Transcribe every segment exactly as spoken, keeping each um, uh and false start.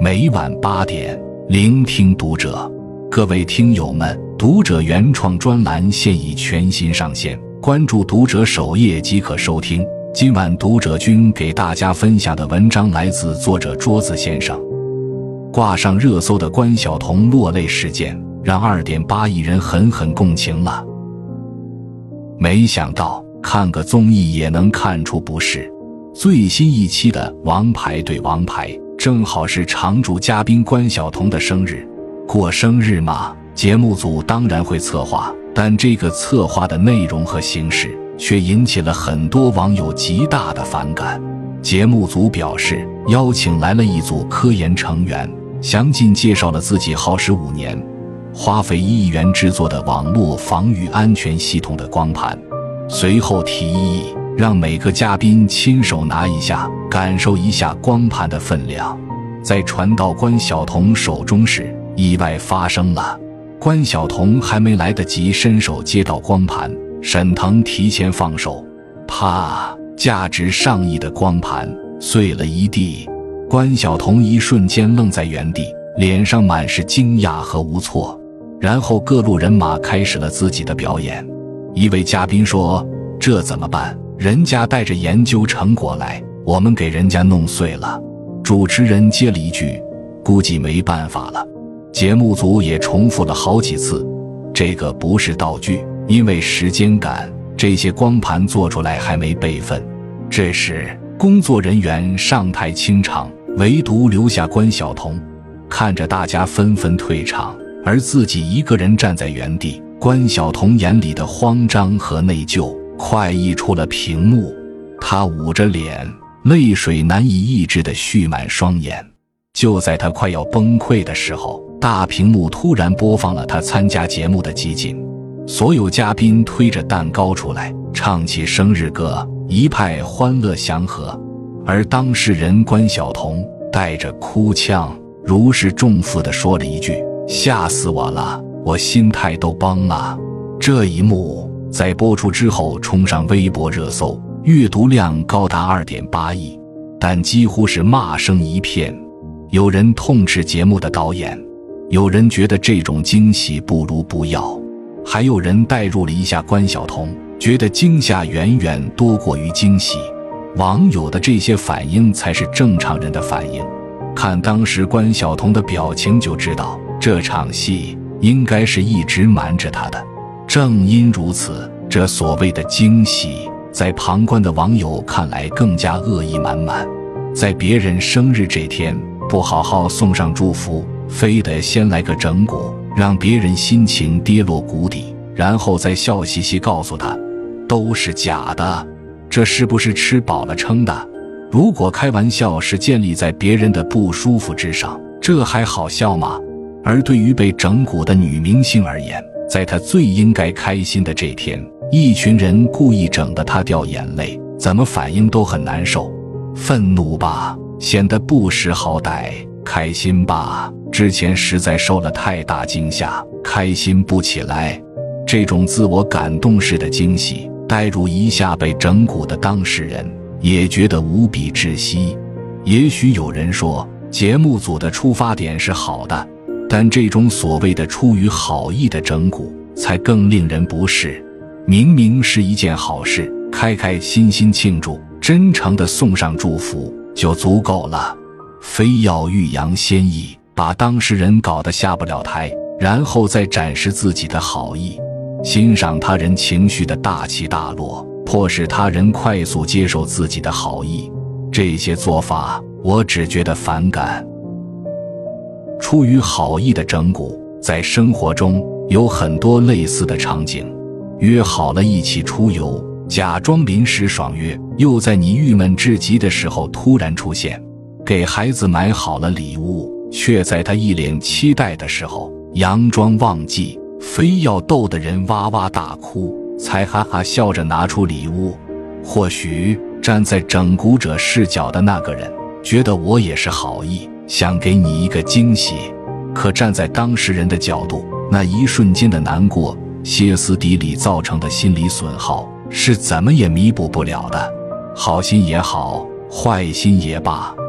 每晚八点，聆听读者。各位听友们，读者原创专栏现已全新上线，关注读者首页即可收听。今晚读者君给大家分享的文章来自作者桌子先生。挂上热搜的关晓彤落泪事件，让 二点八亿人狠狠共情了。没想到看个综艺也能看出不是。最新一期的《王牌对王牌》正好是常驻嘉宾关晓彤的生日。过生日嘛，节目组当然会策划，但这个策划的内容和形式却引起了很多网友极大的反感。节目组表示，邀请来了一组科研成员，详尽介绍了自己耗时五年花费一亿元制作的网络防御安全系统的光盘，随后提议让每个嘉宾亲手拿一下，感受一下光盘的分量。在传到关晓彤手中时，意外发生了。关晓彤还没来得及伸手接到光盘，沈腾提前放手，啪，价值上亿的光盘碎了一地。关晓彤一瞬间愣在原地，脸上满是惊讶和无措。然后各路人马开始了自己的表演。一位嘉宾说，这怎么办？人家带着研究成果来，我们给人家弄碎了。主持人接了一句，估计没办法了。节目组也重复了好几次，这个不是道具，因为时间赶，这些光盘做出来还没备份。这时工作人员上台清场，唯独留下关晓彤，看着大家纷纷退场，而自己一个人站在原地。关晓彤眼里的慌张和内疚快溢出了屏幕，她捂着脸，泪水难以抑制地蓄满双眼。就在她快要崩溃的时候，大屏幕突然播放了她参加节目的集锦，所有嘉宾推着蛋糕出来，唱起生日歌，一派欢乐祥和。而当事人关晓彤带着哭腔，如释重负地说了一句，吓死我了，我心态都崩了。这一幕在播出之后冲上微博热搜，阅读量高达 二点八亿，但几乎是骂声一片。有人痛斥节目的导演，有人觉得这种惊喜不如不要，还有人代入了一下关晓彤，觉得惊吓远远多过于惊喜。网友的这些反应才是正常人的反应，看当时关晓彤的表情就知道，这场戏应该是一直瞒着她的。正因如此，这所谓的惊喜在旁观的网友看来更加恶意满满。在别人生日这天不好好送上祝福，非得先来个整蛊，让别人心情跌落谷底，然后再笑嘻嘻告诉他都是假的，这是不是吃饱了撑的？如果开玩笑是建立在别人的不舒服之上，这还好笑吗？而对于被整蛊的女明星而言，在她最应该开心的这天，一群人故意整得她掉眼泪，怎么反应都很难受。愤怒吧，显得不识好歹；开心吧，之前实在受了太大惊吓，开心不起来。这种自我感动式的惊喜，带入一下被整蛊的当事人，也觉得无比窒息。也许有人说，节目组的出发点是好的，但这种所谓的出于好意的整蛊，才更令人不适。明明是一件好事，开开心心庆祝，真诚地送上祝福就足够了，非要欲扬先抑，把当事人搞得下不了台，然后再展示自己的好意，欣赏他人情绪的大起大落，迫使他人快速接受自己的好意。这些做法我只觉得反感。出于好意的整蛊，在生活中有很多类似的场景，约好了一起出游，假装临时爽约，又在你郁闷至极的时候突然出现；给孩子买好了礼物，却在他一脸期待的时候佯装忘记，非要逗得人哇哇大哭，才哈哈笑着拿出礼物。或许站在整蛊者视角的那个人觉得我也是好意，想给你一个惊喜，可站在当事人的角度，那一瞬间的难过、歇斯底里造成的心理损耗是怎么也弥补不了的。好心也好，坏心也罢，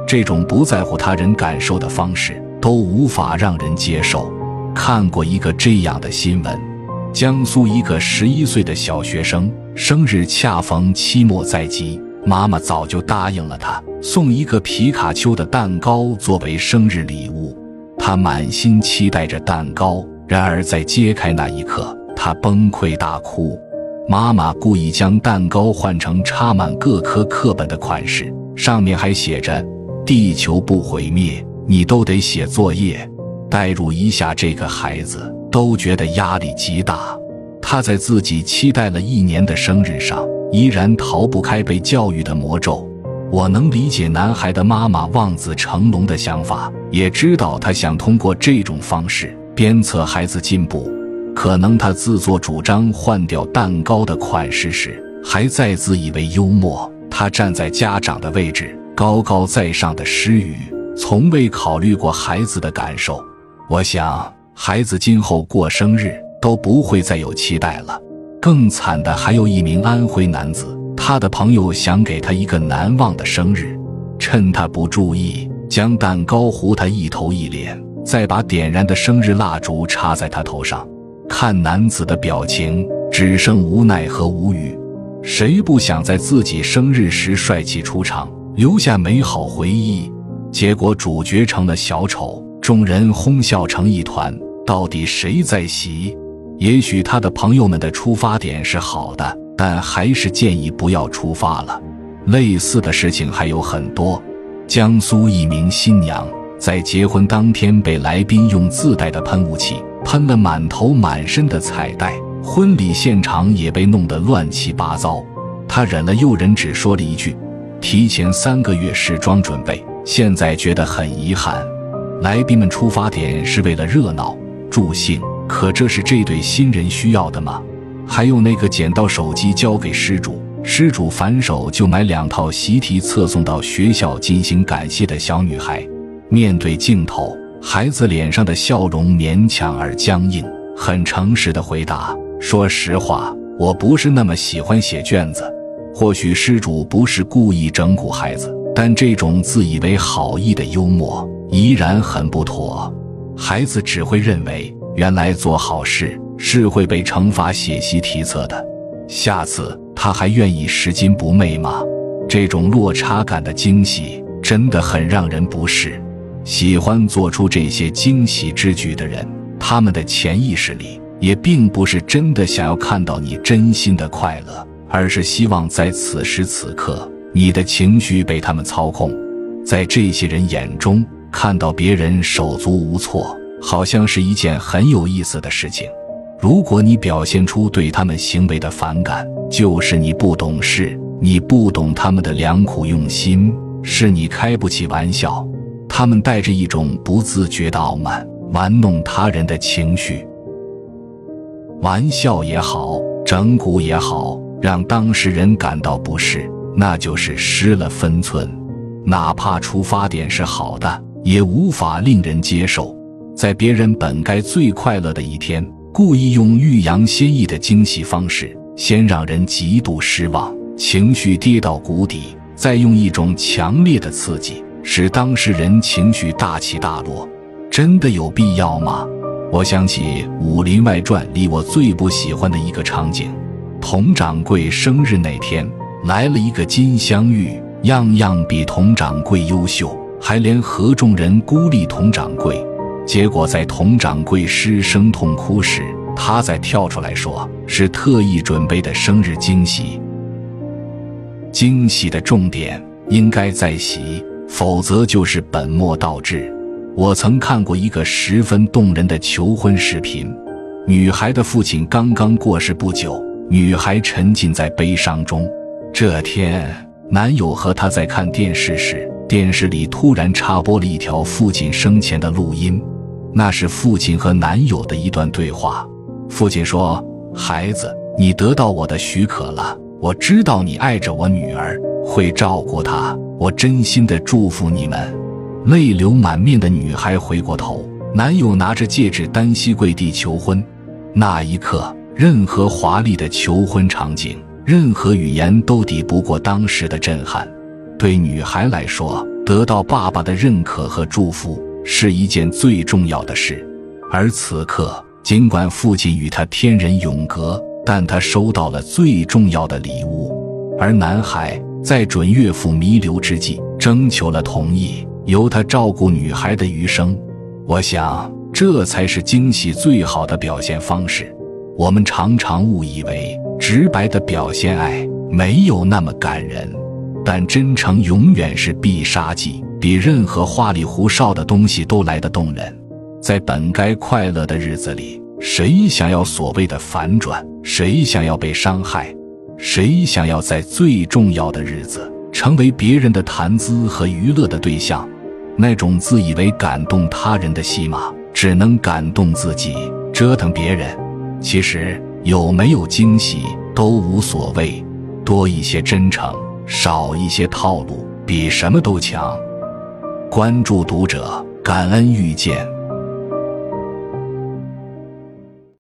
这种不在乎他人感受的方式都无法让人接受。看过一个这样的新闻，江苏一个十一岁的小学生生日恰逢期末在即，妈妈早就答应了他送一个皮卡丘的蛋糕作为生日礼物。他满心期待着蛋糕，然而在揭开那一刻，他崩溃大哭。妈妈故意将蛋糕换成插满各科课本的款式，上面还写着地球不毁灭，你都得写作业。代入一下，这个孩子都觉得压力极大。他在自己期待了一年的生日上，依然逃不开被教育的魔咒。我能理解男孩的妈妈望子成龙的想法，也知道他想通过这种方式鞭策孩子进步。可能他自作主张换掉蛋糕的款式时，还在自以为幽默。他站在家长的位置，高高在上的施予，从未考虑过孩子的感受。我想，孩子今后过生日都不会再有期待了。更惨的还有一名安徽男子，他的朋友想给他一个难忘的生日，趁他不注意，将蛋糕糊他一头一脸，再把点燃的生日蜡烛插在他头上。看男子的表情，只剩无奈和无语。谁不想在自己生日时帅气出场，留下美好回忆？结果主角成了小丑，众人哄笑成一团，到底谁在洗？也许他的朋友们的出发点是好的，但还是建议不要出发了。类似的事情还有很多。江苏一名新娘在结婚当天被来宾用自带的喷雾器喷了满头满身的彩带，婚礼现场也被弄得乱七八糟。她忍了又忍，只说了一句：提前三个月试妆准备，现在觉得很遗憾。来宾们出发点是为了热闹助兴，可这是这对新人需要的吗？还有那个捡到手机交给失主，失主反手就买两套习题册送到学校进行感谢的小女孩。面对镜头，孩子脸上的笑容勉强而僵硬，很诚实地回答：说实话，我不是那么喜欢写卷子。或许失主不是故意整蛊孩子，但这种自以为好意的幽默依然很不妥。孩子只会认为，原来做好事是会被惩罚写习题册的，下次他还愿意拾金不昧吗？这种落差感的惊喜真的很让人不适。喜欢做出这些惊喜之举的人，他们的潜意识里也并不是真的想要看到你真心的快乐，而是希望在此时此刻你的情绪被他们操控。在这些人眼中，看到别人手足无措好像是一件很有意思的事情。如果你表现出对他们行为的反感，就是你不懂事，你不懂他们的良苦用心，是你开不起玩笑。他们带着一种不自觉的傲慢，玩弄他人的情绪。玩笑也好，整蛊也好，让当事人感到不适，那就是失了分寸。哪怕出发点是好的，也无法令人接受。在别人本该最快乐的一天，故意用欲扬先抑的惊喜方式，先让人极度失望，情绪跌到谷底，再用一种强烈的刺激使当事人情绪大起大落。真的有必要吗？我想起《武林外传》里我最不喜欢的一个场景，佟掌柜生日那天来了一个金镶玉，样样比佟掌柜优秀，还联合众人孤立佟掌柜。结果在佟掌柜失声痛哭时，他再跳出来说是特意准备的生日惊喜。惊喜的重点应该在喜，否则就是本末倒置。我曾看过一个十分动人的求婚视频，女孩的父亲刚刚过世不久，女孩沉浸在悲伤中。这天，男友和她在看电视时，电视里突然插播了一条父亲生前的录音，那是父亲和男友的一段对话。父亲说：孩子，你得到我的许可了，我知道你爱着我女儿，会照顾她，我真心的祝福你们。泪流满面的女孩回过头，男友拿着戒指单膝跪地求婚。那一刻，任何华丽的求婚场景，任何语言都抵不过当时的震撼。对女孩来说， 得到爸爸的认可和祝福是一件最重要的事。而此刻，尽管父亲与他天人永隔，但他收到了最重要的礼物。而男孩在准岳父弥留之际征求了同意，由他照顾女孩的余生。我想这才是惊喜最好的表现方式。我们常常误以为直白的表现爱没有那么感人，但真诚永远是必杀技，比任何花里胡哨的东西都来得动人。在本该快乐的日子里，谁想要所谓的反转？谁想要被伤害？谁想要在最重要的日子成为别人的谈资和娱乐的对象？那种自以为感动他人的戏码，只能感动自己，折腾别人。其实有没有惊喜都无所谓，多一些真诚，少一些套路，比什么都强。关注读者，感恩遇见。